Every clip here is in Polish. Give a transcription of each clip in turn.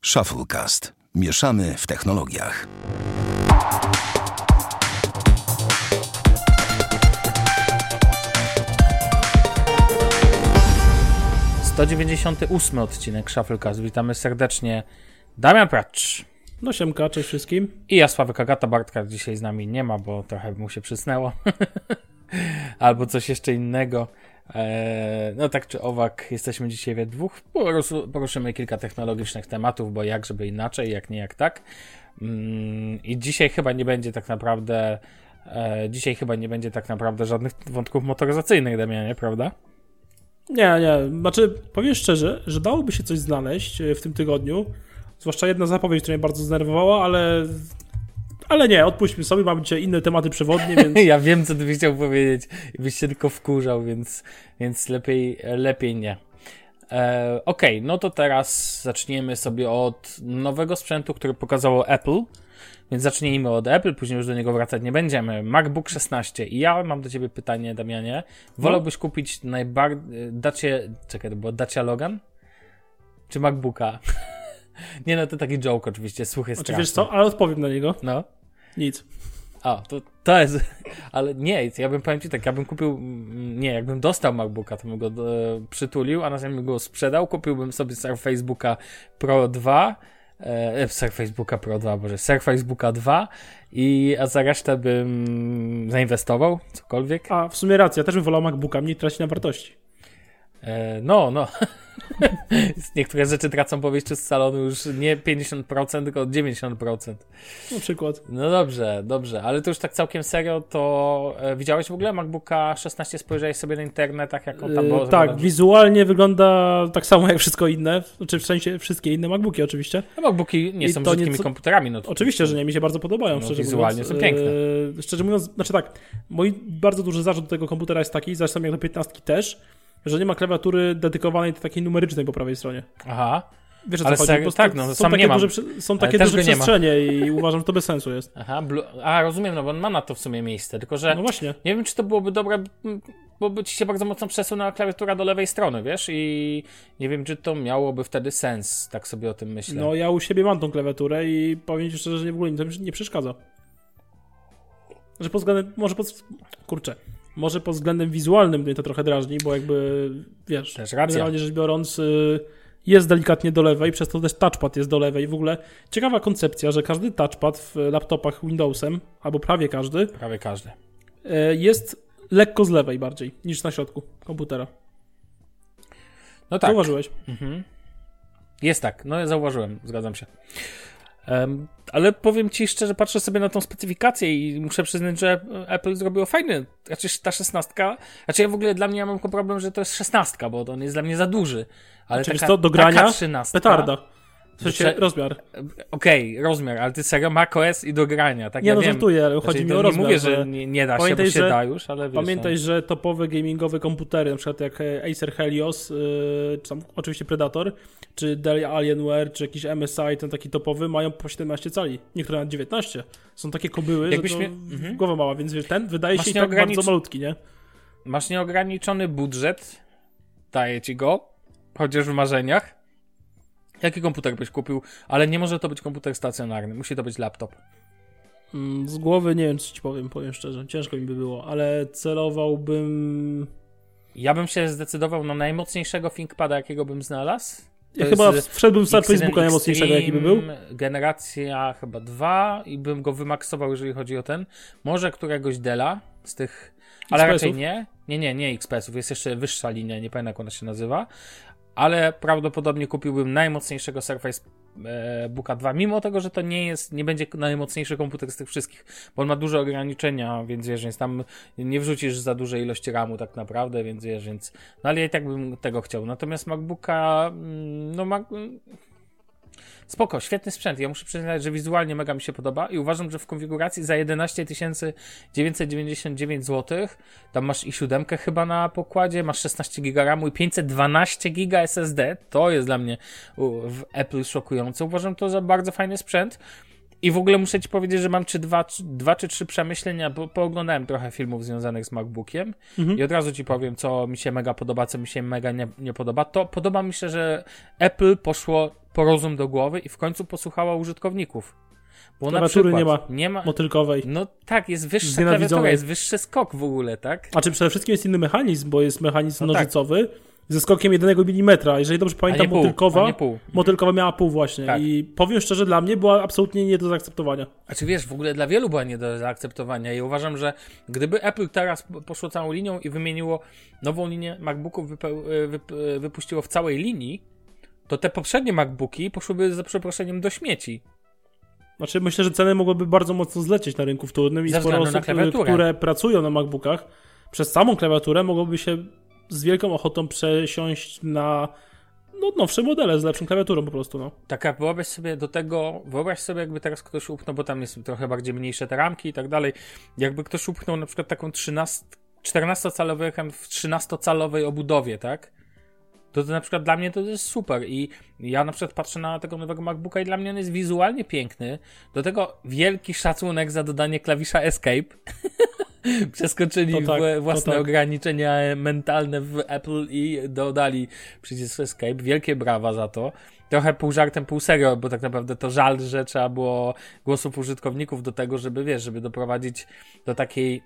Shufflecast. Mieszamy w technologiach. ...198 odcinek Shufflecast. Witamy serdecznie. Damian Pracz. No siemka, cześć wszystkim. I ja, Sławek Agata. Bartka dzisiaj z nami nie ma, bo trochę mu się przysnęło. Albo coś jeszcze innego. No tak czy owak, jesteśmy dzisiaj we dwóch. Poruszymy kilka technologicznych tematów, bo jak żeby inaczej, jak nie jak tak. I dzisiaj chyba nie będzie tak naprawdę... żadnych wątków motoryzacyjnych, Damianie, prawda? Nie. Znaczy, powiem szczerze, że dałoby się coś znaleźć w tym tygodniu. Zwłaszcza jedna zapowiedź, która mnie bardzo zdenerwowała, ale nie, odpuśćmy sobie, mamy dzisiaj inne tematy przewodnie, więc... Ja wiem, co ty byś chciał powiedzieć, byś się tylko wkurzał, więc lepiej nie. Okej, no to teraz zaczniemy sobie od nowego sprzętu, który pokazało Apple. Więc zacznijmy od Apple, później już do niego wracać nie będziemy. MacBook 16. I ja mam do ciebie pytanie, Damianie. Wolałbyś kupić Dacia Logan? Czy MacBooka? Nie no, to taki joke oczywiście, słuchy straszne. Wiesz co, ale odpowiem na niego. No. Nic. A, to jest... Ale nie, ja bym, powiem ci tak, ja bym kupił... Nie, jakbym dostał MacBooka, to bym go przytulił, a następnie go sprzedał, kupiłbym sobie Surface Booka Pro 2... Surface Booka 2 a za resztę bym zainwestował, cokolwiek. A w sumie racja, też bym wolał MacBooka, mniej traci na wartości. No. Niektóre rzeczy tracą po wyjściu z salonu już nie 50%, tylko 90%. Na przykład. No dobrze, ale to już tak całkiem serio, to widziałeś w ogóle MacBooka 16, spojrzałeś sobie na internetach, jak on tam było? Tak, wizualnie wygląda tak samo jak wszystko inne, znaczy w sensie wszystkie inne MacBooki oczywiście. A MacBooki nie są brzydkimi komputerami. No, oczywiście, że nie, mi się bardzo podobają, szczerze wizualnie mówiąc. Są piękne. Szczerze mówiąc, znaczy tak, mój bardzo duży zarzut do tego komputera jest taki, zresztą jak do 15 też, że nie ma klawiatury dedykowanej do takiej numerycznej po prawej stronie. Aha. Wiesz o co chodzi? Tak, no sam nie mam. Są takie duże przestrzenie i uważam, że to bez sensu jest. Aha, rozumiem, no bo on ma na to w sumie miejsce, tylko że no właśnie. Nie wiem, czy to byłoby dobre, bo by ci się bardzo mocno przesunęła klawiatura do lewej strony, wiesz? I nie wiem, czy to miałoby wtedy sens, tak sobie o tym myślę. No ja u siebie mam tą klawiaturę i powiem ci szczerze, że w ogóle mi to nie przeszkadza. Że pod względem, może pod względem wizualnym mnie to trochę drażni, bo jakby, wiesz, też racja. generalnie rzecz biorąc jest delikatnie do lewej, przez to też touchpad jest do lewej. W ogóle ciekawa koncepcja, że każdy touchpad w laptopach Windowsem, albo prawie każdy, jest lekko z lewej bardziej niż na środku komputera. No tak. Zauważyłeś? Mhm. Jest tak, no ja zauważyłem, zgadzam się. Ale powiem ci szczerze, patrzę sobie na tą specyfikację i muszę przyznać, że Apple zrobiło fajny. Znaczy ta 16, ja w ogóle dla mnie mam problem, że to jest 16, bo on jest dla mnie za duży. Ale znaczy, to do grania 13, petarda. W sensie rozmiar. Okej, rozmiar, ale ty serio macOS i do grania, tak? Nie, ja no wiem. żartuję, ale chodzi mi o rozmiar. Nie mówię, że nie da się, bo się da już, ale wiesz. Pamiętaj, że topowe gamingowe komputery, na przykład jak Acer Helios, czy tam oczywiście Predator, czy Dell Alienware, czy jakiś MSI, ten taki topowy, mają po 17 cali. Niektóre nawet 19. Są takie kobyły, że głowa mała, więc wiesz, ten wydaje się i tak bardzo malutki, nie? Masz nieograniczony budżet, daję ci go, chociaż w marzeniach. Jaki komputer byś kupił? Ale nie może to być komputer stacjonarny, musi to być laptop. Z głowy nie wiem, co ci powiem szczerze. Ciężko mi by było, ale celowałbym... Ja bym się zdecydował na najmocniejszego ThinkPada, jakiego bym znalazł. Ja chyba wszedłbym w Surface'booka najmocniejszego, jaki by był. Generacja chyba 2 i bym go wymaksował, jeżeli chodzi o ten. Może któregoś Della z tych... Ale raczej nie. Nie XPS-ów. Jest jeszcze wyższa linia, nie pamiętam jak ona się nazywa. Ale prawdopodobnie kupiłbym najmocniejszego Surface Booka 2, mimo tego, że to nie będzie najmocniejszy komputer z tych wszystkich, bo on ma duże ograniczenia, więc wiesz, więc tam nie wrzucisz za dużej ilości RAMu tak naprawdę, więc wiesz, no ale ja i tak bym tego chciał. Natomiast MacBooka, spoko, świetny sprzęt. Ja muszę przyznać, że wizualnie mega mi się podoba i uważam, że w konfiguracji za 11 999 zł tam masz i 7 chyba na pokładzie, masz 16 GB RAMu i 512 GB SSD. To jest dla mnie w Apple szokujące. Uważam to za bardzo fajny sprzęt I w ogóle muszę ci powiedzieć, że mam dwa czy trzy przemyślenia, bo pooglądałem trochę filmów związanych z MacBookiem i od razu ci powiem, co mi się mega podoba, co mi się mega nie podoba. To podoba mi się, że Apple poszło po rozum do głowy i w końcu posłuchała użytkowników. Bo na przykład nie ma motylkowej. No tak, jest wyższa klawiatura, jest wyższy skok w ogóle, tak? A czy przede wszystkim jest inny mechanizm, bo jest mechanizm nożycowy ze skokiem 1 mm. Jeżeli dobrze pamiętam, motylkowa miała pół właśnie. Tak. I powiem szczerze, dla mnie była absolutnie nie do zaakceptowania. A czy wiesz, w ogóle dla wielu była nie do zaakceptowania i uważam, że gdyby Apple teraz poszło całą linią i wymieniło nową linię MacBooków, wypuściło w całej linii, to te poprzednie MacBooki poszłyby za przeproszeniem do śmieci. Znaczy myślę, że ceny mogłyby bardzo mocno zlecieć na rynku wtórnym i sporo osób, które pracują na MacBookach, przez samą klawiaturę mogłoby się z wielką ochotą przesiąść na nowsze modele z lepszą klawiaturą po prostu. No. Taka, wyobraź sobie jakby teraz ktoś upchnął, bo tam jest trochę bardziej mniejsze te ramki i tak dalej, jakby ktoś upchnął na przykład taką 14-calowy ekran w 13-calowej obudowie, tak? To na przykład dla mnie to jest super i ja na przykład patrzę na tego nowego MacBooka i dla mnie on jest wizualnie piękny. Do tego wielki szacunek za dodanie klawisza Escape. Przeskoczyli własne ograniczenia mentalne w Apple i dodali przycisk Escape. Wielkie brawa za to. Trochę pół żartem, pół serio, bo tak naprawdę to żal, że trzeba było głosów użytkowników do tego, żeby doprowadzić do takiej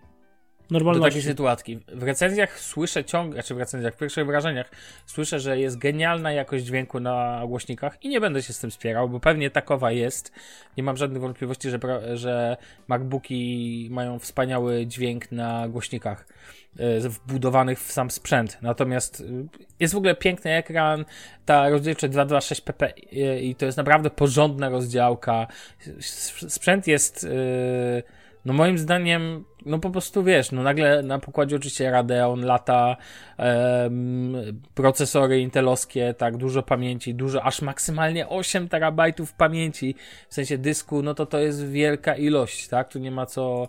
sytuacji. W recenzjach słyszę w pierwszych wrażeniach słyszę, że jest genialna jakość dźwięku na głośnikach i nie będę się z tym spierał, bo pewnie takowa jest. Nie mam żadnych wątpliwości, że MacBooki mają wspaniały dźwięk na głośnikach wbudowanych w sam sprzęt. Natomiast jest w ogóle piękny ekran, ta rozdzielczość 226 pp i to jest naprawdę porządna rozdziałka. Sprzęt jest moim zdaniem, po prostu wiesz, nagle na pokładzie oczywiście Radeon lata, procesory intelowskie, tak, dużo pamięci, aż maksymalnie 8 terabajtów pamięci, w sensie dysku, to jest wielka ilość, tak, tu nie ma co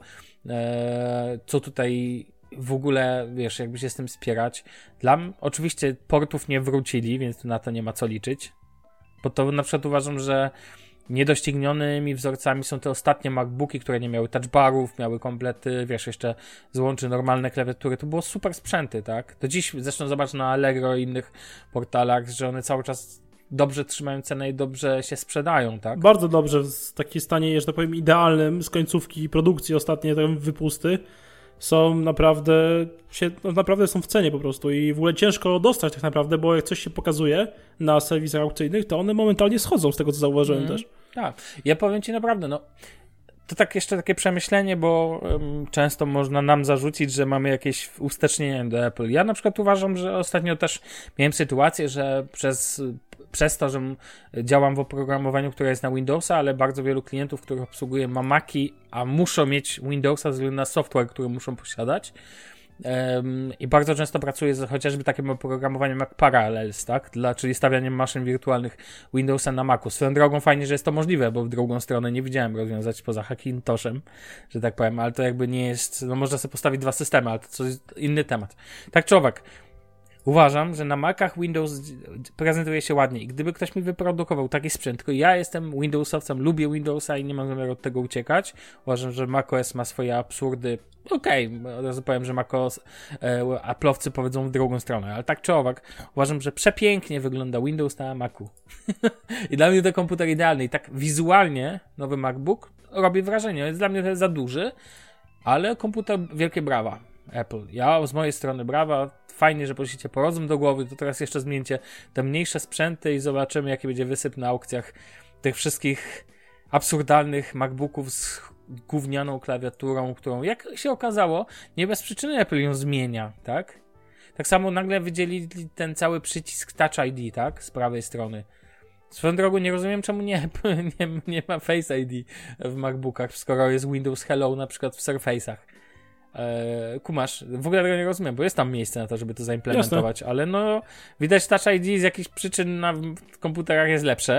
tutaj w ogóle, wiesz, jakby się z tym spierać. Oczywiście portów nie wrócili, więc tu na to nie ma co liczyć, bo to na przykład uważam, że niedoścignionymi wzorcami są te ostatnie MacBooki, które nie miały touchbarów, miały komplety, wiesz, jeszcze złączy normalne klawiatury. To było super sprzęty, tak? Do dziś zresztą zobacz na Allegro i innych portalach, że one cały czas dobrze trzymają cenę i dobrze się sprzedają, tak? Bardzo dobrze, w takim stanie, że tak powiem, idealnym z końcówki produkcji ostatnie wypusty są naprawdę są w cenie po prostu i w ogóle ciężko dostać tak naprawdę, bo jak coś się pokazuje na serwisach aukcyjnych, to one momentalnie schodzą z tego, co zauważyłem też. Tak, ja powiem ci naprawdę, to tak jeszcze takie przemyślenie, bo często można nam zarzucić, że mamy jakieś ustecznienie do Apple. Ja na przykład uważam, że ostatnio też miałem sytuację, że przez to, że działam w oprogramowaniu, które jest na Windowsa, ale bardzo wielu klientów, których obsługuję, ma Maci, a muszą mieć Windowsa ze względu na software, który muszą posiadać. I bardzo często pracuję z chociażby takim oprogramowaniem jak Parallels, tak? Czyli stawianiem maszyn wirtualnych Windowsa na Macu. Swoją drogą fajnie, że jest to możliwe, bo w drugą stronę nie widziałem rozwiązać poza Hackintoshem, że tak powiem, ale to jakby nie jest, można sobie postawić dwa systemy, ale to jest inny temat. Tak czy owak, uważam, że na Macach Windows prezentuje się ładnie i gdyby ktoś mi wyprodukował taki sprzęt, tylko ja jestem Windowsowcem, lubię Windowsa i nie mam zamiaru od tego uciekać. Uważam, że macOS ma swoje absurdy. Okej, od razu powiem, że macOS Apple'owcy powiedzą w drugą stronę, ale tak czy owak, uważam, że przepięknie wygląda Windows na Macu. I dla mnie to komputer idealny i tak wizualnie nowy MacBook robi wrażenie. Jest dla mnie to za duży, ale komputer wielkie brawa. Apple. Ja z mojej strony brawa. Fajnie, że poszliście po rozum do głowy, to teraz jeszcze zmieńcie te mniejsze sprzęty i zobaczymy, jaki będzie wysyp na aukcjach tych wszystkich absurdalnych MacBooków z gównianą klawiaturą, którą, jak się okazało, nie bez przyczyny Apple ją zmienia, tak? Tak samo nagle wydzielili ten cały przycisk Touch ID, tak? Z prawej strony. Swoją drogą nie rozumiem, czemu nie ma Face ID w MacBookach, skoro jest Windows Hello na przykład w Surface'ach. Kumasz, w ogóle tego nie rozumiem, bo jest tam miejsce na to, żeby to zaimplementować, jasne. Ale widać Touch ID z jakichś przyczyn na komputerach jest lepsze.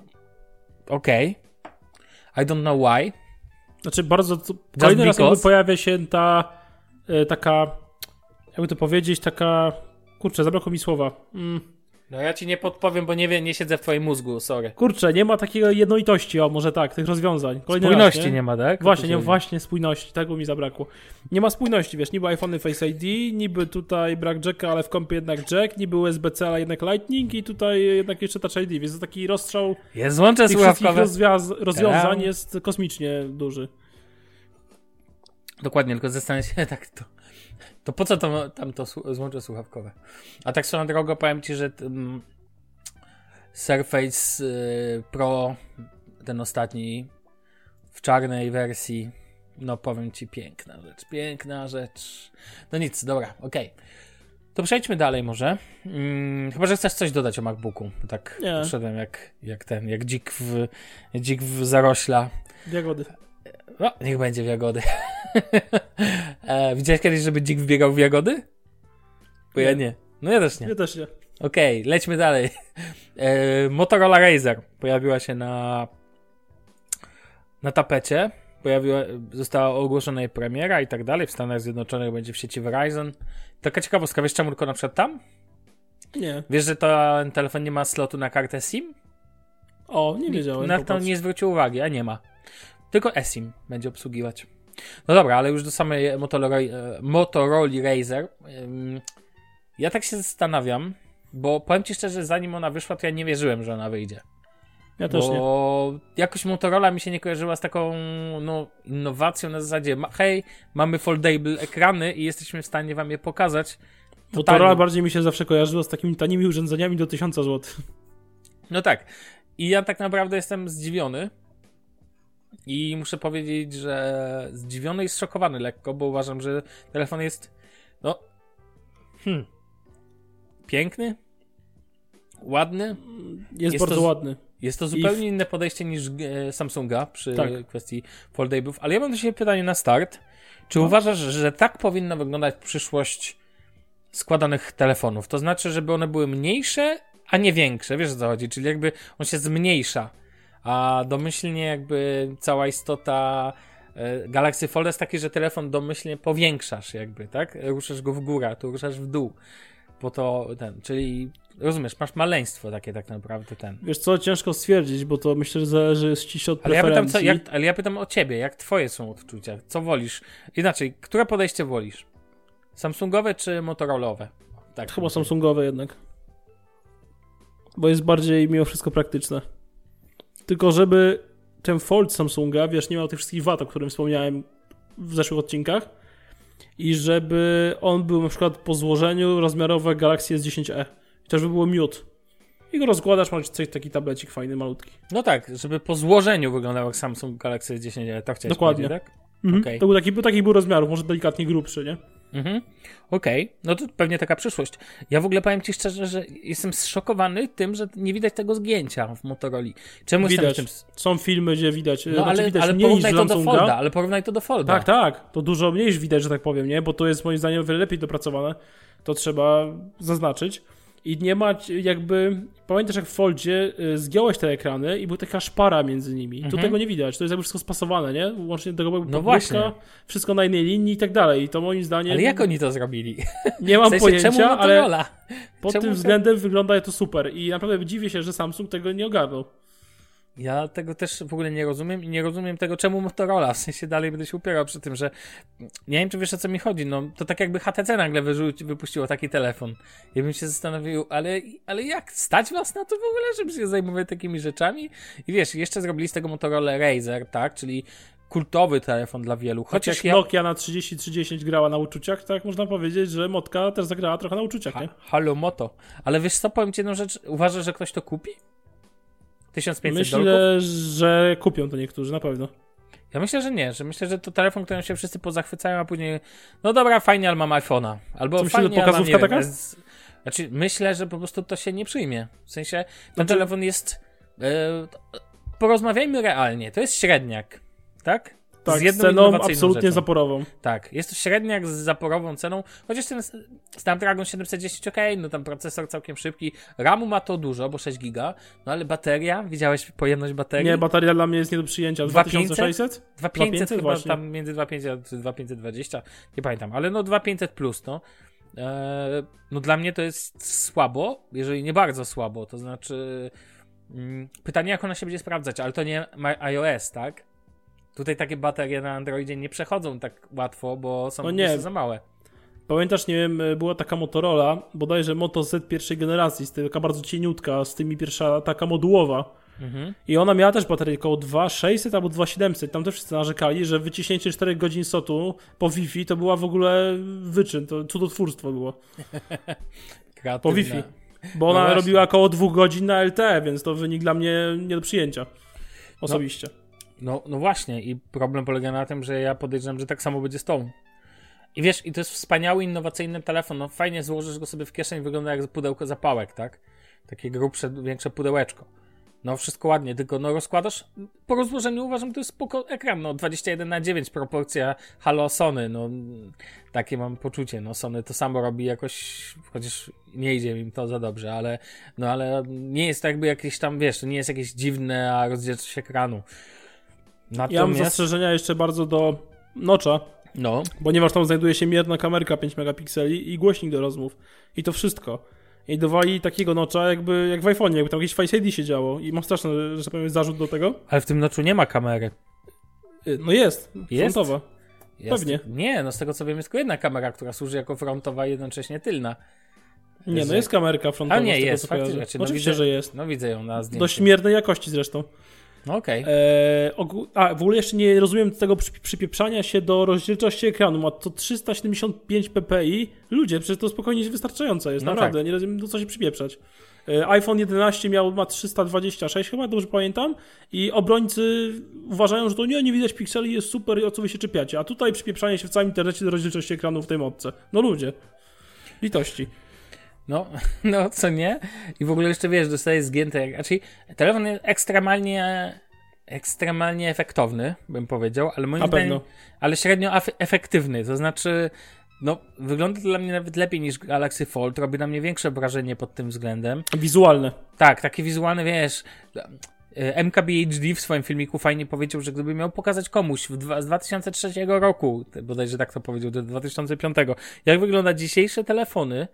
Okej. I don't know why. Znaczy bardzo, kolejny raz jakby pojawia się taka, jakby to powiedzieć, taka, kurczę, zabrakło mi słowa. No ja ci nie podpowiem, bo nie siedzę w twoim mózgu, sorry. Kurczę, nie ma takiej jednolitości, może tak, tych rozwiązań. Spójności raz, nie ma, tak? Właśnie spójności, tego mi zabrakło. Nie ma spójności, wiesz, niby iPhone Face ID, niby tutaj brak jacka, ale w kompie jednak jack, niby USB-C, ale jednak Lightning i tutaj jednak jeszcze Touch ID, więc to taki rozstrzał łącze tych wszystkich rozwiązań jest kosmicznie duży. Dokładnie, tylko zastanawiam się tak to po co tam to złącze słuchawkowe? A tak swoją drogą powiem ci, że Surface Pro, ten ostatni w czarnej wersji, no powiem ci, piękna rzecz. No nic, dobra, okej. To przejdźmy dalej może. Chyba, że chcesz coś dodać o MacBooku. Tak poszedłem jak dzik w zarośla. Jagody. No, niech będzie w jagody. Widziałeś kiedyś, żeby dzik wbiegał w jagody? Bo ja nie. No ja też nie. Ja też nie. Okej, lećmy dalej. Motorola Razr pojawiła się na tapecie. Została ogłoszona jej premiera i tak dalej. W Stanach Zjednoczonych będzie w sieci Verizon. Taka ciekawostka, wiesz czemu tylko na przykład tam? Nie. Wiesz, że ten telefon nie ma slotu na kartę SIM? O, nie wiedziałem. Na to nie zwrócił uwagi, a nie ma. Tylko eSIM będzie obsługiwać. No dobra, ale już do samej Motorola Razr. Ja tak się zastanawiam, bo powiem ci szczerze, zanim ona wyszła, to ja nie wierzyłem, że ona wyjdzie. Ja też nie. Bo jakoś Motorola mi się nie kojarzyła z taką innowacją na zasadzie hej, mamy foldable ekrany i jesteśmy w stanie wam je pokazać. Motorola bardziej mi się zawsze kojarzyło z takimi tanimi urządzeniami do 1000 zł. No tak. I ja tak naprawdę jestem zdziwiony. I muszę powiedzieć, że zdziwiony i zszokowany lekko, bo uważam, że telefon jest piękny, ładny. Jest bardzo ładny. Jest to zupełnie inne podejście niż Samsunga przy kwestii foldable'ów, ale ja mam do siebie pytanie na start. Czy uważasz, że tak powinna wyglądać przyszłość składanych telefonów? To znaczy, żeby one były mniejsze, a nie większe. Wiesz o co chodzi? Czyli jakby on się zmniejsza. A domyślnie jakby cała istota Galaxy Fold jest taki, że telefon domyślnie powiększasz jakby, tak? Ruszasz go w górę, a tu ruszasz w dół. Po to czyli rozumiesz, masz maleństwo takie tak naprawdę Wiesz co, ciężko stwierdzić, bo to myślę, że zależy ściśle od preferencji. Ale ja pytam o ciebie, jak twoje są odczucia? Co wolisz? Inaczej, które podejście wolisz? Samsungowe czy Motorolowe? Tak, chyba Samsungowe jednak. Bo jest bardziej mimo wszystko praktyczne. Tylko żeby ten Fold Samsunga, wiesz, nie miał tych wszystkich wad, o których wspomniałem w zeszłych odcinkach i żeby on był na przykład po złożeniu rozmiarowe Galaxy S10e. I to żeby było miód. I go rozkładasz, masz taki tablecik fajny, malutki. No tak, żeby po złożeniu wyglądał jak Samsung Galaxy S10e. Tak chciałeś dokładnie powiedzieć, tak? Okay. To był taki rozmiarów, może delikatnie grubszy, nie? Okej. No to pewnie taka przyszłość. Ja w ogóle powiem ci szczerze, że jestem zszokowany tym, że nie widać tego zgięcia w Motorola. Czemu widać. Są filmy, gdzie widać. No ale porównaj to do Folda, porównaj to do Folda. Tak. To dużo mniej widać, że tak powiem, nie? Bo to jest moim zdaniem o wiele lepiej dopracowane. To trzeba zaznaczyć. I nie ma jakby... Pamiętasz, jak w Foldzie zgiąłeś te ekrany i była taka szpara między nimi. Tu tego nie widać. To jest jakby wszystko spasowane, nie? Łącznie do tego właśnie. Wszystko na jednej linii i tak dalej. I to moim zdaniem... Ale jak oni to zrobili? Nie mam pojęcia, czemu ale pod tym względem wygląda to super. I naprawdę dziwię się, że Samsung tego nie ogarnął. Ja tego też w ogóle nie rozumiem i nie rozumiem tego, czemu Motorola. W sensie dalej będę się upierał przy tym, że nie wiem, czy wiesz, o co mi chodzi. No to tak jakby HTC nagle wypuściło taki telefon. Ja bym się zastanowił, ale jak stać was na to w ogóle, żeby się zajmować takimi rzeczami? I wiesz, jeszcze zrobili z tego Motorola Razr, tak? Czyli kultowy telefon dla wielu. Chociaż jak Nokia na 3030 grała na uczuciach, tak można powiedzieć, że Motka też zagrała trochę na uczuciach, nie? Halo Moto. Ale wiesz co, powiem ci jedną rzecz. Uważasz, że ktoś to kupi? 1500 Myślę, dolków? że kupią to niektórzy, na pewno. Ja myślę, że nie, że myślę, że to telefon, którym się wszyscy pozachwycają, a później no dobra, fajnie, ale mam iPhone'a. Albo co fajnie, myślę, pokazówka taka? Znaczy, myślę, że po prostu to się nie przyjmie. W sensie, ten telefon jest porozmawiajmy realnie, to jest średniak, tak? Tak, z ceną absolutnie zaporową. Tak, jest to średniak z zaporową ceną, chociaż ten Snapdragon 710, no tam procesor całkiem szybki, RAMu ma to dużo, bo 6 giga, no ale bateria, widziałeś pojemność baterii? Nie, bateria dla mnie jest nie do przyjęcia, 2600? 2500 chyba, właśnie. Tam między 2500 a 2520, nie pamiętam, ale no 2500 plus, no. No dla mnie to jest słabo, jeżeli nie bardzo słabo, to znaczy pytanie, jak ona się będzie sprawdzać, ale to nie iOS, tak? Tutaj takie baterie na Androidzie nie przechodzą tak łatwo, bo są za małe. Pamiętasz, nie wiem, była taka Motorola, bodajże Moto Z pierwszej generacji, taka bardzo cieniutka, z tymi pierwsza taka modułowa. I ona miała też baterię około 2600 albo 2700. Tam też wszyscy narzekali, że wyciśnięcie 4 godzin sotu po Wi-Fi to była w ogóle wyczyn, to cudotwórstwo było. Po Wi-Fi. Bo ona robiła około 2 godzin na LTE, więc to wynik dla mnie nie do przyjęcia. Osobiście. No właśnie, i problem polega na tym, że ja podejrzewam, że tak samo będzie z tą. I wiesz, i to jest wspaniały, innowacyjny telefon. No fajnie złożysz go sobie w kieszeni, wygląda jak pudełko zapałek, tak? Takie grubsze, większe pudełeczko. No wszystko ładnie, tylko no rozkładasz, po rozłożeniu uważam, to jest spoko ekran, no 21:9 proporcja Halo Sony, no takie mam poczucie, no Sony to samo robi jakoś, chociaż nie idzie im to za dobrze, ale nie jest to jakby jakieś tam, wiesz, to nie jest jakieś dziwne rozdzielczość ekranu. Natomiast... Ja mam zastrzeżenia jeszcze bardzo do Notcha, ponieważ tam znajduje się mierna kamerka 5 megapikseli i głośnik do rozmów i to wszystko. I dawali takiego Notcha jak w iPhone'ie, jakby tam jakieś Face ID się działo. I mam straszny, że tak powiem, zarzut do tego. Ale w tym Notchu nie ma kamery. No jest? Frontowa. Pewnie. Nie, no z tego co wiem jest tylko jedna kamera, która służy jako frontowa i jednocześnie tylna. Nie, no jest kamerka frontowa. A nie, jest, faktycznie. Oczywiście, że jest. No widzę ją na zdjęciu. Dość miernej jakości zresztą. No okej. W ogóle jeszcze nie rozumiem tego przypieprzania się do rozdzielczości ekranu. Ma to 375 ppi. Ludzie, przecież to spokojnie jest wystarczające. Jest naprawdę. Tak. Nie rozumiem, do co się przypieprzać. iPhone 11 ma 326 chyba, dobrze pamiętam. I obrońcy uważają, że to nie widać pikseli, jest super i o co wy się czepiacie. A tutaj przypieprzanie się w całym internecie do rozdzielczości ekranu w tej modce. No ludzie. Litości. No, co nie? I w ogóle jeszcze, wiesz, dostaje zgięte, znaczy telefon jest ekstremalnie efektowny, bym powiedział, ale moim zdaniem, ale średnio efektywny, to znaczy, no, wygląda to dla mnie nawet lepiej niż Galaxy Fold, robi na mnie większe wrażenie pod tym względem. Wizualne. Tak, takie wizualne, wiesz... MKBHD w swoim filmiku fajnie powiedział, że gdyby miał pokazać komuś z 2003 roku, bodajże tak to powiedział, do 2005, jak wygląda dzisiejsze telefony,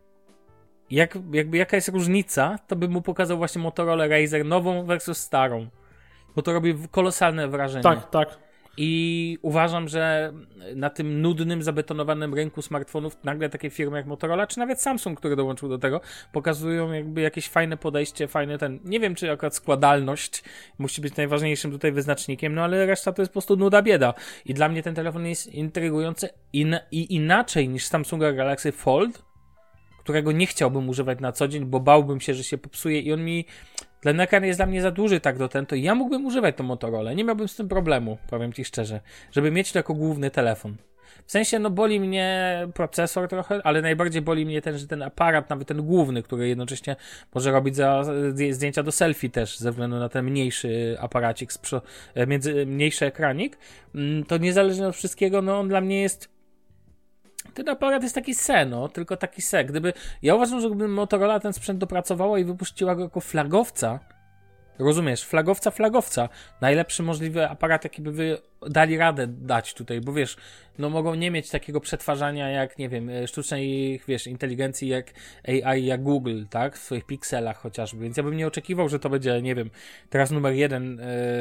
jaka jest różnica, to bym mu pokazał właśnie Motorola Razr nową versus starą. Bo to robi kolosalne wrażenie. Tak. I uważam, że na tym nudnym, zabetonowanym rynku smartfonów nagle takie firmy jak Motorola, czy nawet Samsung, który dołączył do tego, pokazują jakby jakieś fajne podejście, nie wiem, czy akurat składalność musi być najważniejszym tutaj wyznacznikiem, no ale reszta to jest po prostu nuda bieda. I dla mnie ten telefon jest intrygujący i inaczej niż Samsunga Galaxy Fold, którego nie chciałbym używać na co dzień, bo bałbym się, że się popsuje i on mi... Ten ekran jest dla mnie za duży to ja mógłbym używać tą Motorola. Nie miałbym z tym problemu, powiem ci szczerze, żeby mieć to jako główny telefon. W sensie, no boli mnie procesor trochę, ale najbardziej boli mnie że ten aparat, nawet ten główny, który jednocześnie może robić zdjęcia do selfie też, ze względu na ten mniejszy aparacik, mniejszy ekranik. To niezależnie od wszystkiego, no on dla mnie jest... Ten aparat jest taki tylko taki ja uważam, że gdyby Motorola ten sprzęt dopracowała i wypuściła go jako flagowca, rozumiesz, flagowca, najlepszy możliwy aparat, jaki by wy dali radę dać tutaj, bo wiesz, no mogą nie mieć takiego przetwarzania jak, nie wiem, sztucznej, wiesz, inteligencji jak AI, jak Google, tak, w swoich pikselach chociażby, więc ja bym nie oczekiwał, że to będzie, nie wiem, teraz numer 1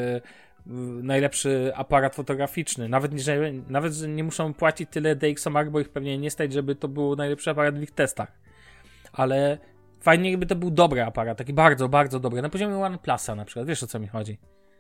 najlepszy aparat fotograficzny. Nawet, że nie muszą płacić tyle DxOMark, bo ich pewnie nie stać, żeby to był najlepszy aparat w ich testach. Ale fajnie, jakby to był dobry aparat, taki bardzo, bardzo dobry. Na poziomie OnePlusa na przykład, wiesz o co mi chodzi.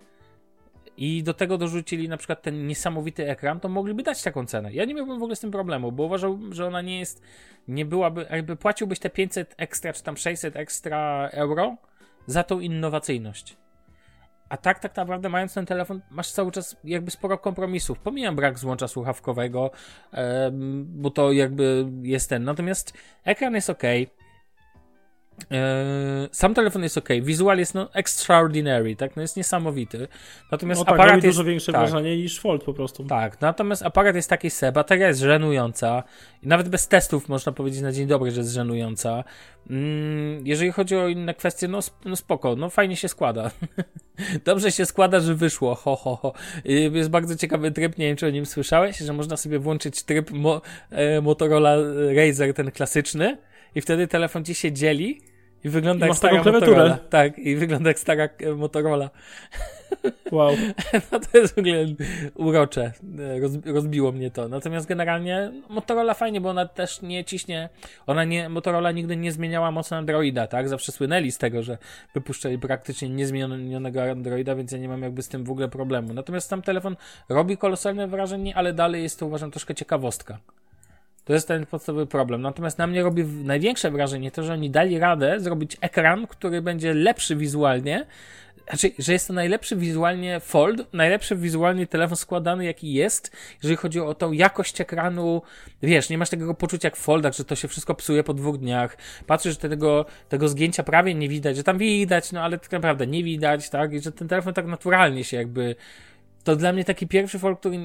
I do tego dorzucili na przykład ten niesamowity ekran, to mogliby dać taką cenę. Ja nie miałbym w ogóle z tym problemu, bo uważam, że ona nie byłaby, jakby płaciłbyś te 500 ekstra, czy tam 600 ekstra euro za tą innowacyjność. A tak naprawdę mając ten telefon, masz cały czas jakby sporo kompromisów. Pomijam brak złącza słuchawkowego, bo to jakby jest ten. Natomiast ekran jest ok. Sam telefon jest ok, wizual jest extraordinary, tak, jest niesamowity. Natomiast tak, aparat robi jest dużo większe wrażenie niż Fold po prostu. Tak, natomiast aparat jest taki bateria jest żenująca. I nawet bez testów można powiedzieć na dzień dobry, że jest żenująca. Jeżeli chodzi o inne kwestie, spoko, fajnie się składa. Dobrze się składa, że wyszło, ho. Jest bardzo ciekawy tryb, nie wiem, czy o nim słyszałeś, że można sobie włączyć tryb Motorola Razr, ten klasyczny, i wtedy telefon ci się dzieli i wygląda jak stara Motorola. Tak, i wygląda jak stara Motorola. Wow. To jest w ogóle urocze. Rozbiło mnie to. Natomiast generalnie Motorola fajnie, bo ona też nie ciśnie. Motorola nigdy nie zmieniała mocno Androida, tak? Zawsze słynęli z tego, że wypuszczali praktycznie niezmienionego Androida, więc ja nie mam jakby z tym w ogóle problemu. Natomiast sam telefon robi kolosalne wrażenie, ale dalej jest to, uważam, troszkę ciekawostka. To jest ten podstawowy problem. Natomiast na mnie robi największe wrażenie to, że oni dali radę zrobić ekran, który będzie lepszy wizualnie. Znaczy, że jest to najlepszy wizualnie Fold, najlepszy wizualnie telefon składany, jaki jest, jeżeli chodzi o tą jakość ekranu. Wiesz, nie masz tego poczucia jak w Foldach, że to się wszystko psuje po 2 dniach. Patrzysz, że tego zgięcia prawie nie widać, że tam widać, ale tak naprawdę nie widać, tak? I że ten telefon tak naturalnie się jakby... To dla mnie taki pierwszy Fold, który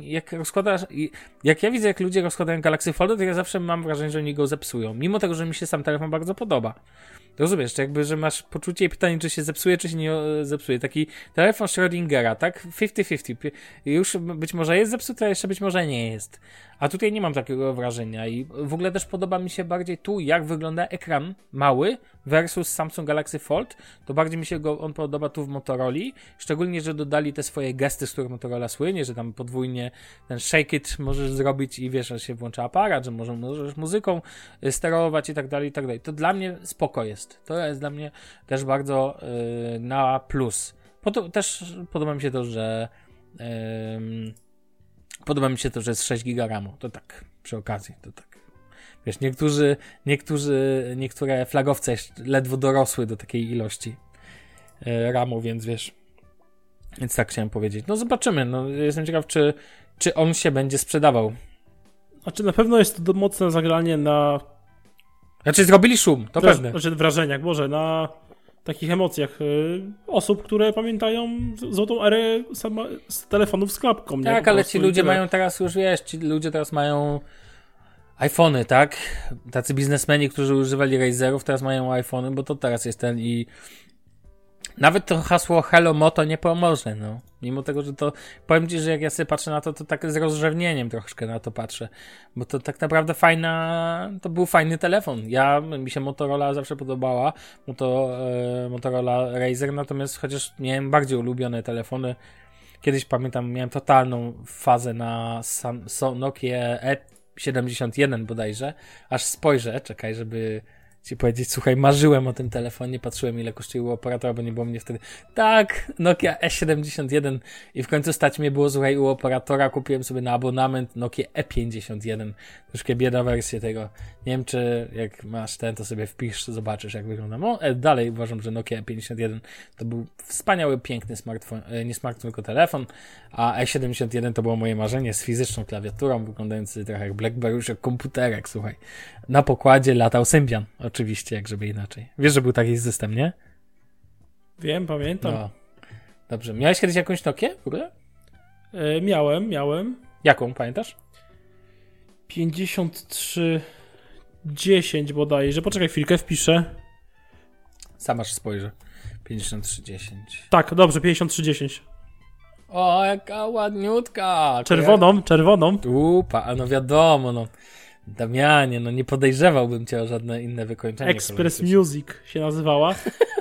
jak ja widzę, jak ludzie rozkładają Galaxy Fold, to ja zawsze mam wrażenie, że oni go zepsują. Mimo tego, że mi się sam telefon bardzo podoba. Rozumiesz, że masz poczucie i pytanie, czy się zepsuje, czy się nie zepsuje. Taki telefon Schrödingera, tak? 50-50. Już być może jest zepsuty, a jeszcze być może nie jest. A tutaj nie mam takiego wrażenia i w ogóle też podoba mi się bardziej tu, jak wygląda ekran mały versus Samsung Galaxy Fold. To bardziej mi się on podoba tu w Motoroli. Szczególnie, że dodali te swoje gesty, z których Motorola słynie, że tam podwójnie ten shake it możesz zrobić i wiesz, że się włącza aparat, że możesz muzyką sterować i tak dalej, i tak dalej. To dla mnie spoko jest. To jest dla mnie też bardzo na plus. Też podoba mi się to, że jest 6 GB RAMu. To tak, przy okazji, to tak. Wiesz, niektóre flagowce ledwo dorosły do takiej ilości RAMu, więc wiesz. Więc tak chciałem powiedzieć. Zobaczymy. Jestem ciekaw, czy on się będzie sprzedawał. Znaczy, na pewno jest to mocne zagranie na... Znaczy, zrobili szum, to pewne. Znaczy, wrażeniach, Boże, na takich emocjach osób, które pamiętają złotą erę z telefonów z klapką. Tak, nie? Ale ci ludzie mają teraz już, wiesz, ci ludzie teraz mają iPhony, tak? Tacy biznesmeni, którzy używali Razerów, teraz mają iPhony, bo to teraz jest ten i nawet to hasło Hello Moto nie pomoże, Mimo tego, że to, powiem ci, że jak ja sobie patrzę na to tak z rozrzewnieniem troszkę na to patrzę, bo to tak naprawdę to był fajny telefon. Mi się Motorola zawsze podobała, Motorola Razr, natomiast chociaż miałem bardziej ulubione telefony. Kiedyś pamiętam, miałem totalną fazę na Nokia E71 bodajże, aż spojrzę, czekaj, żeby ci powiedzieć, słuchaj, marzyłem o tym telefonie, patrzyłem ile kosztuje operatora, bo nie było mnie wtedy. Tak, Nokia E71 i w końcu stać mnie było, słuchaj, u operatora, kupiłem sobie na abonament Nokia E51. Troszkę bieda wersję tego. Nie wiem, czy jak masz to sobie wpisz, zobaczysz jak wygląda. Dalej uważam, że Nokia E51 to był wspaniały, piękny smartfon, nie smartfon, tylko telefon, a E71 to było moje marzenie z fizyczną klawiaturą, wyglądający trochę jak BlackBerry, już jak komputerek, słuchaj. Na pokładzie latał Symbian, oczywiście, jak żeby inaczej. Wiesz, że był taki system, nie? Wiem, pamiętam. Dobrze. Miałeś kiedyś jakąś Nokię w ogóle? Miałem. Jaką, pamiętasz? 5310 bodajże. Poczekaj chwilkę, wpiszę. Sam aż spojrzę. 5310. Tak, dobrze, 5310. O, jaka ładniutka! Czerwoną. Wiadomo, Damianie, nie podejrzewałbym cię o żadne inne wykończenie. Express Music się nazywała.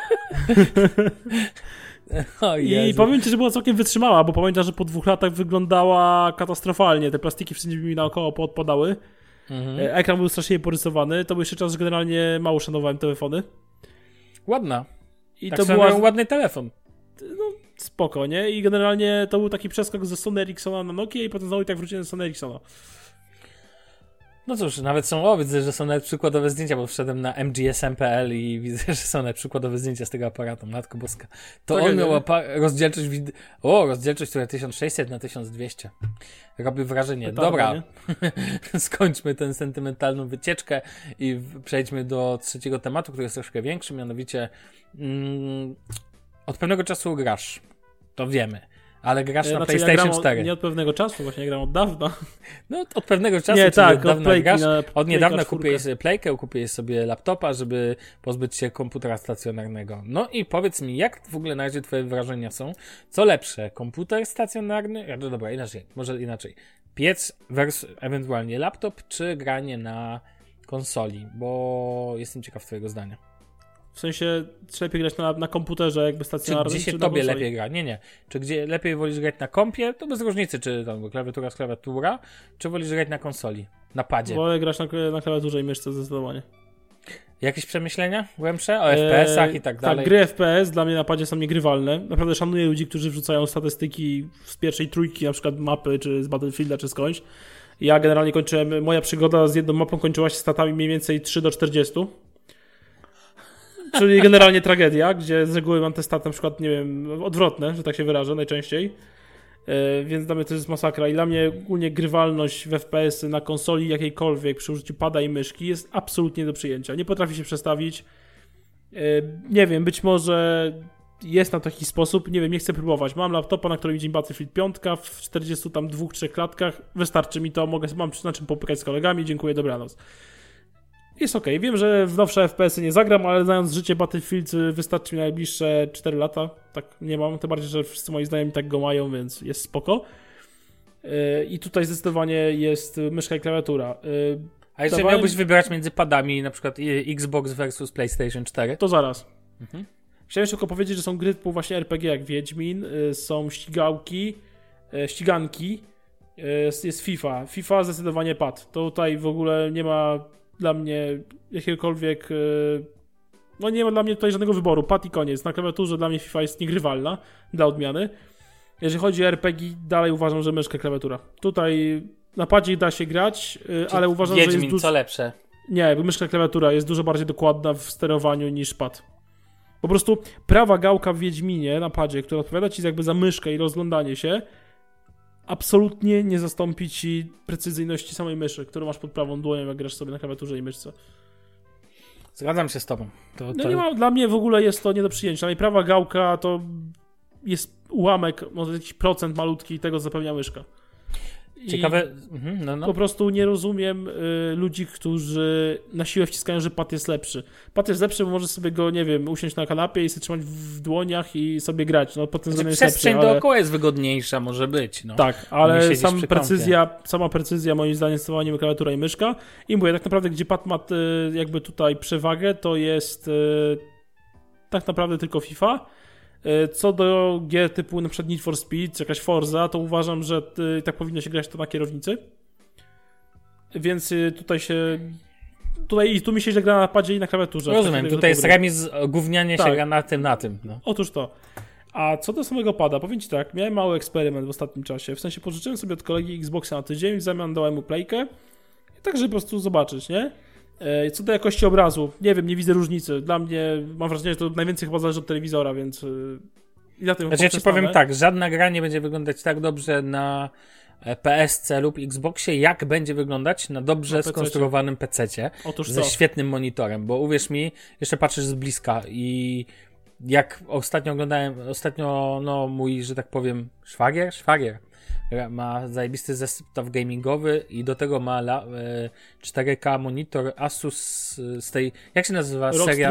I powiem ci, że była całkiem wytrzymała, bo pamiętam, że po 2 latach wyglądała katastrofalnie. Te plastiki wszędzie mi naokoło poodpadały. Ekran był strasznie porysowany. To był jeszcze czas, że generalnie mało szanowałem telefony. Ładna. I tak to był ładny telefon. Spoko, nie? I generalnie to był taki przeskok ze Sony Ericssona na Nokia i potem znowu i tak wróciłem do Sony Ericssona. No cóż, nawet widzę, że są nawet przykładowe zdjęcia, bo wszedłem na mgsm.pl i widzę, że są nawet przykładowe zdjęcia z tego aparatu. Matko boska. To tak on miał rozdzielczość rozdzielczość, która 1600 na 1200. Robi wrażenie. Dobra, skończmy tę sentymentalną wycieczkę i przejdźmy do trzeciego tematu, który jest troszkę większy, mianowicie od pewnego czasu grasz. To wiemy. Ale grasz na PlayStation 4. Nie od pewnego czasu, właśnie gram od dawna. No od pewnego czasu, nie, tak, od dawna grasz. Od niedawna 4. kupiłeś sobie Playkę, kupiłeś sobie laptopa, żeby pozbyć się komputera stacjonarnego. No i powiedz mi, jak w ogóle na razie twoje wrażenia są? Co lepsze? Komputer stacjonarny? No dobra, może inaczej. Piec versus ewentualnie laptop, czy granie na konsoli? Bo jestem ciekaw twojego zdania. W sensie, czy lepiej grać na komputerze jakby stacjonarnym, czy gdzie się tobie lepiej gra? Nie. Czy gdzie lepiej wolisz grać na kompie? To bez różnicy, czy tam klawiatura z klawiatura, czy wolisz grać na konsoli, na padzie? Wolę grać na klawiaturze i myszce zdecydowanie. Jakieś przemyślenia głębsze o FPS-ach i tak dalej? Tak, gry FPS dla mnie na padzie są niegrywalne. Naprawdę szanuję ludzi, którzy wrzucają statystyki z pierwszej trójki, na przykład mapy, czy z Battlefielda, czy skądś. Ja generalnie moja przygoda z jedną mapą kończyła się statami mniej więcej 3-40. Czyli generalnie tragedia, gdzie z reguły mam te staty na przykład, nie wiem, odwrotne, że tak się wyrażę, najczęściej. Więc dla mnie to jest masakra. I dla mnie ogólnie grywalność w FPS-y na konsoli jakiejkolwiek przy użyciu pada i myszki jest absolutnie do przyjęcia. Nie potrafi się przestawić. Nie wiem, być może jest na taki sposób, nie wiem, nie chcę próbować. Mam laptopa, na którym idzie Battlefield 5 w 42-3 klatkach. Wystarczy mi to, mam na czym popykać z kolegami. Dziękuję, dobranoc. Jest okej. Wiem, że w nowsze FPS-y nie zagram, ale znając życie Battlefield wystarczy mi najbliższe 4 lata. Tak nie mam, tym bardziej, że wszyscy moi znajomi tak go mają, więc jest spoko. I tutaj zdecydowanie jest myszka i klawiatura. A jeżeli miałbyś wybierać między padami, na przykład Xbox versus PlayStation 4? To zaraz. Chciałem tylko powiedzieć, że są gry typu właśnie RPG jak Wiedźmin, są ściganki, jest FIFA. FIFA zdecydowanie pad. To tutaj w ogóle nie ma dla mnie jakiegokolwiek... No nie ma dla mnie tutaj żadnego wyboru. Pad i koniec. Na klawiaturze dla mnie FIFA jest niegrywalna dla odmiany. Jeżeli chodzi o RPG, dalej uważam, że myszka, klawiatura. Tutaj na padzie da się grać, ale uważam, Wiedźmin, że jest dużo... co lepsze? Nie, myszka, klawiatura jest dużo bardziej dokładna w sterowaniu niż pad. Po prostu prawa gałka w Wiedźminie na padzie, która odpowiada ci jakby za myszkę i rozglądanie się, absolutnie nie zastąpi ci precyzyjności samej myszy, którą masz pod prawą dłonią, jak grasz sobie na klawiaturze i myszce. Zgadzam się z tobą. No nie ma, dla mnie w ogóle jest to nie do przyjęcia. Ale prawa gałka to jest ułamek, może jakiś procent malutki tego zapewnia myszka. Ciekawe. Po prostu nie rozumiem ludzi, którzy na siłę wciskają, że pad jest lepszy. Pad jest lepszy, bo możesz sobie go, nie wiem, usiąść na kanapie i sobie trzymać w dłoniach i sobie grać. No, pod tym względem jest przestrzeń lepszy, dookoła jest wygodniejsza, może być. No. Tak, ale sama precyzja moim zdaniem sterowaniem klawiatura i myszka. I mówię, tak naprawdę gdzie pad ma jakby tutaj przewagę, to jest tak naprawdę tylko FIFA. Co do gier typu na przykład Need for Speed, czy jakaś Forza, to uważam, że tak powinno się grać to na kierownicy. Więc tu mi się źle gra na padzie i na klawiaturze. Rozumiem, tutaj jest remis gównianie się gra na tym. No. Otóż to. A co do samego pada, powiem ci tak, miałem mały eksperyment w ostatnim czasie. W sensie pożyczyłem sobie od kolegi Xboxa na tydzień, w zamian dałem mu Playkę. Tak, żeby po prostu zobaczyć, nie? Co do jakości obrazu, nie wiem, nie widzę różnicy. Dla mnie, mam wrażenie, że to najwięcej chyba zależy od telewizora, więc i na tym znaczy, ja ci powiem tak, żadna gra nie będzie wyglądać tak dobrze na PS-ce lub Xboxie, jak będzie wyglądać na dobrze skonstruowanym PC-cie ze świetnym monitorem, bo uwierz mi, jeszcze patrzysz z bliska i jak ostatnio mój, że tak powiem, szwagier ma zajebisty zestaw gamingowy i do tego ma 4K monitor Asus z tej, jak się nazywa seria?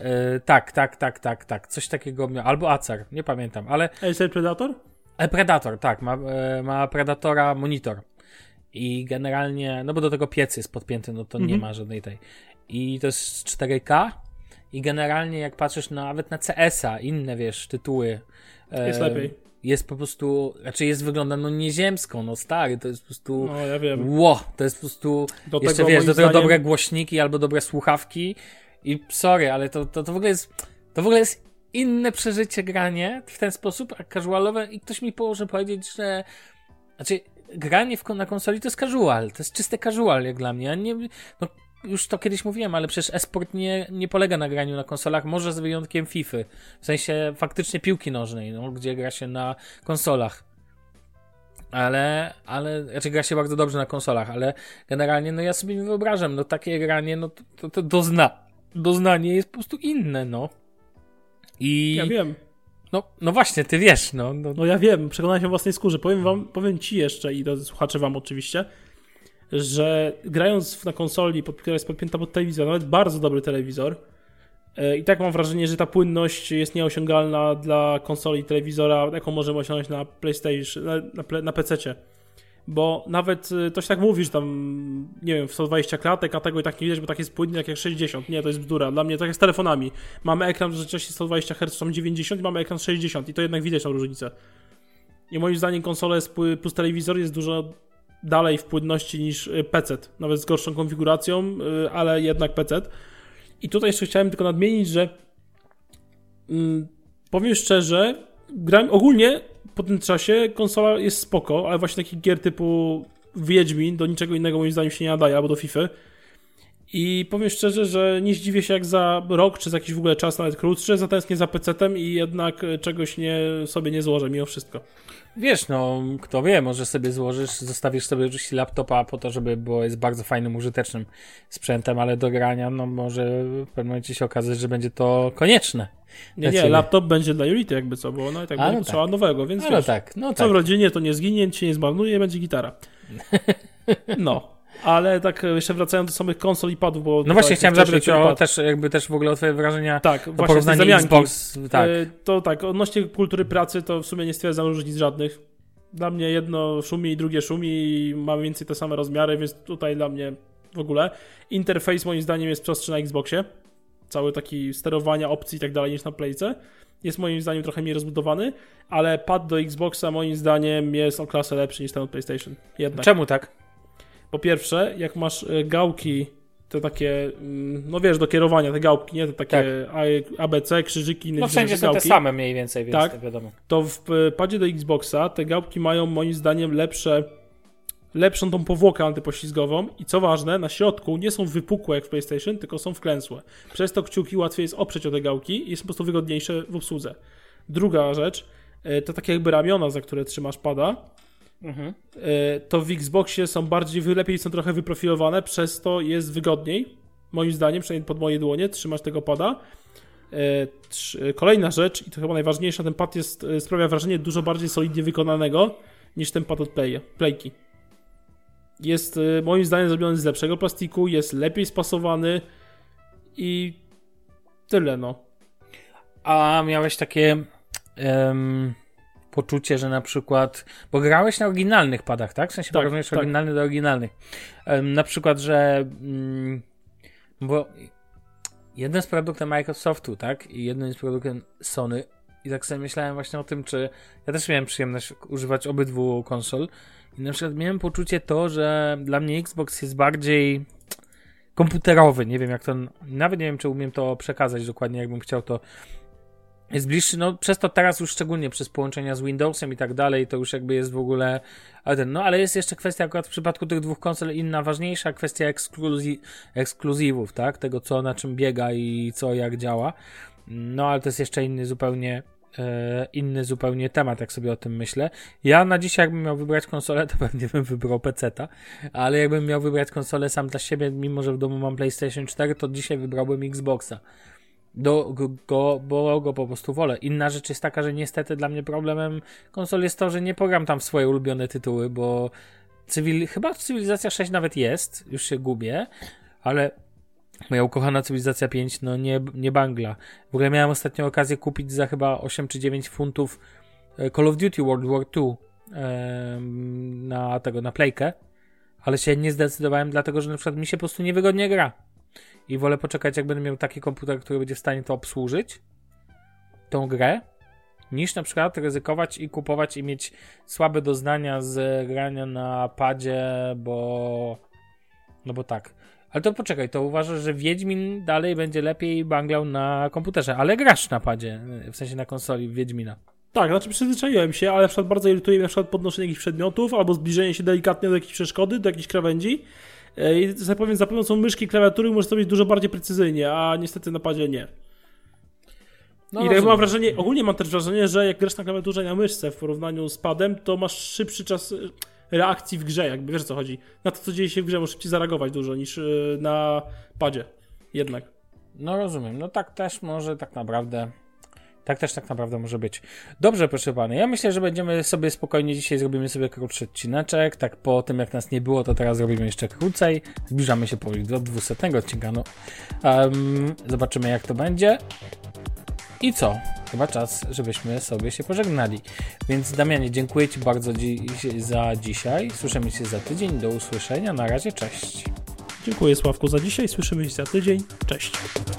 Tak. Coś takiego miał, albo Acer, nie pamiętam, ale... Acer Predator? Predator, tak, ma Predatora monitor. I generalnie, no bo do tego piec jest podpięty, no to nie ma żadnej tej. I to jest 4K i generalnie jak patrzysz nawet na CS-a, inne wiesz, tytuły... Jest lepiej. Jest po prostu, wygląda nieziemsko, stary, to jest po prostu... No, ja wiem. To jest po prostu, jeszcze wiesz, do tego dobre głośniki albo dobre słuchawki i sorry, ale to w ogóle jest inne przeżycie granie w ten sposób, a casualowe i ktoś mi może powiedzieć, że... Znaczy, granie na konsoli to jest casual, to jest czyste casual jak dla mnie. No, już to kiedyś mówiłem, ale przecież e-sport nie polega na graniu na konsolach, może z wyjątkiem FIFA. W sensie faktycznie piłki nożnej, no, gdzie gra się na konsolach. Ale raczej gra się bardzo dobrze na konsolach, ale generalnie no ja sobie nie wyobrażam, no takie granie, no to doznanie jest po prostu inne, no. I ja wiem. No właśnie, ty wiesz, no. No ja wiem, przekonałem się o własnej skórze. Powiem ci jeszcze i słuchacze wam oczywiście, że grając na konsoli, która jest podpięta pod telewizor, nawet bardzo dobry telewizor, i tak mam wrażenie, że ta płynność jest nieosiągalna dla konsoli i telewizora, jaką możemy osiągnąć na PlayStation, na PC-cie. Bo nawet to się tak mówi, że tam, nie wiem, w 120 klatek, a tego i tak nie widać, bo tak jest płynnie jak 60. Nie, to jest bzdura. Dla mnie tak jak z telefonami. Mamy ekran w rzeczywistości 120 Hz, tam 90 i mamy ekran 60 i to jednak widać tą różnicę. I moim zdaniem konsola plus telewizor jest dużo dalej w płynności niż PC, nawet z gorszą konfiguracją, ale jednak PC. I tutaj jeszcze chciałem tylko nadmienić, że powiem szczerze, grałem ogólnie po tym czasie, konsola jest spoko, ale właśnie takich gier typu Wiedźmin do niczego innego moim zdaniem się nie nadaje, albo do FIFA. I powiem szczerze, że nie zdziwię się jak za rok, czy za jakiś w ogóle czas nawet krótszy, zatęsknię za PC-tem i jednak czegoś sobie nie złożę mimo wszystko. Wiesz, no, kto wie, może sobie zostawisz sobie oczywiście laptopa po to, bo jest bardzo fajnym, użytecznym sprzętem, ale do grania, no może w pewnym momencie się okazać, że będzie to konieczne. Nie, laptop będzie dla Julity jakby co, bo ona i tak będzie potrzeba nowego, więc wiesz, co w rodzinie to nie zginie, nic się nie zmarnuje, będzie gitara. No. Ale tak jeszcze wracając do samych konsol i padów, bo... No właśnie, chciałem zapytać też w ogóle o twoje wrażenia. Tak, właśnie porównanie Xbox. Tak. To tak, odnośnie kultury pracy to w sumie nie stwierdzam różnic żadnych. Dla mnie jedno szumi i drugie szumi i ma mniej więcej te same rozmiary, więc tutaj dla mnie w ogóle. Interfejs moim zdaniem jest prostszy na Xboxie. Cały taki sterowania opcji i tak dalej niż na Playce. Jest moim zdaniem trochę mniej rozbudowany, ale pad do Xboxa moim zdaniem jest o klasę lepszy niż ten od PlayStation. Jednak. Czemu tak? Po pierwsze, jak masz gałki, te takie, no wiesz, do kierowania, te gałki, nie? Te takie ABC, krzyżyki, inne no wszędzie są te same mniej więcej, więc tak, to wiadomo. To w padzie do Xboxa te gałki mają moim zdaniem lepszą tą powłokę antypoślizgową i co ważne, na środku nie są wypukłe jak w PlayStation, tylko są wklęsłe. Przez to kciuki łatwiej jest oprzeć o te gałki i jest po prostu wygodniejsze w obsłudze. Druga rzecz, to takie jakby ramiona, za które trzymasz pada, to w Xboxie są lepiej są trochę wyprofilowane, przez to jest wygodniej, moim zdaniem, przynajmniej pod moje dłonie, trzymać tego pada. Kolejna rzecz, i to chyba najważniejsza, ten pad sprawia wrażenie dużo bardziej solidnie wykonanego niż ten pad od Playki. Jest moim zdaniem zrobiony z lepszego plastiku, jest lepiej spasowany i tyle, no. A miałeś takie poczucie, że na przykład, bo grałeś na oryginalnych padach, tak? W sensie porównujesz oryginalny do oryginalnych. Na przykład, że bo jeden jest produktem Microsoftu, tak? I jeden jest produktem Sony. I tak sobie myślałem właśnie o tym, czy ja też miałem przyjemność używać obydwu konsol. I na przykład miałem poczucie że dla mnie Xbox jest bardziej komputerowy. Nie wiem jak to, nawet nie wiem czy umiem to przekazać dokładnie, jakbym chciał to. Jest bliższy, no przez to teraz już szczególnie przez połączenia z Windowsem i tak dalej, to już jakby jest w ogóle, ale jest jeszcze kwestia akurat w przypadku tych dwóch konsol inna, ważniejsza kwestia ekskluzywów, tak, tego co na czym biega i co jak działa, no ale to jest jeszcze inny zupełnie temat, jak sobie o tym myślę. Ja na dzisiaj jakbym miał wybrać konsolę, to pewnie bym wybrał PC-ta, ale jakbym miał wybrać konsolę sam dla siebie, mimo że w domu mam PlayStation 4, to dzisiaj wybrałbym Xboxa. Bo go po prostu wolę. Inna rzecz jest taka, że niestety dla mnie problemem konsol jest to, że nie pogram tam w swoje ulubione tytuły, bo chyba Cywilizacja 6 nawet jest, już się gubię, ale moja ukochana Cywilizacja 5 no nie bangla. W ogóle miałem ostatnio okazję kupić za chyba 8 czy 9 funtów Call of Duty World War II na Playkę, ale się nie zdecydowałem, dlatego że na przykład mi się po prostu niewygodnie gra. I wolę poczekać, jak będę miał taki komputer, który będzie w stanie to obsłużyć, tą grę, niż na przykład ryzykować i kupować i mieć słabe doznania z grania na padzie, bo tak. Ale to poczekaj, to uważasz, że Wiedźmin dalej będzie lepiej banglał na komputerze, ale grasz na padzie, w sensie na konsoli Wiedźmina. Tak, znaczy przyzwyczaiłem się, ale na przykład bardzo irytuje mnie na przykład podnoszenie jakichś przedmiotów albo zbliżenie się delikatnie do jakiejś przeszkody, do jakiejś krawędzi. I za pomocą myszki, klawiatury możesz to robić dużo bardziej precyzyjnie, a niestety na padzie nie. No, I tak mam wrażenie, ogólnie mam też wrażenie, że jak grasz na klawiaturze i na myszce w porównaniu z padem, to masz szybszy czas reakcji w grze, jakby wiesz o co chodzi. Na to, co dzieje się w grze, możesz szybciej zareagować dużo niż na padzie. Jednak. No rozumiem, no tak też może tak naprawdę... Tak naprawdę może być. Dobrze, proszę pana. Ja myślę, że będziemy sobie spokojnie dzisiaj zrobimy sobie krótszy odcineczek. Tak po tym, jak nas nie było, to teraz robimy jeszcze krócej. Zbliżamy się powoli do 200 odcinka. No. Zobaczymy, jak to będzie. I co? Chyba czas, żebyśmy sobie się pożegnali. Więc Damianie, dziękuję ci bardzo za dzisiaj. Słyszymy się za tydzień. Do usłyszenia. Na razie, cześć. Dziękuję Sławku za dzisiaj. Słyszymy się za tydzień. Cześć.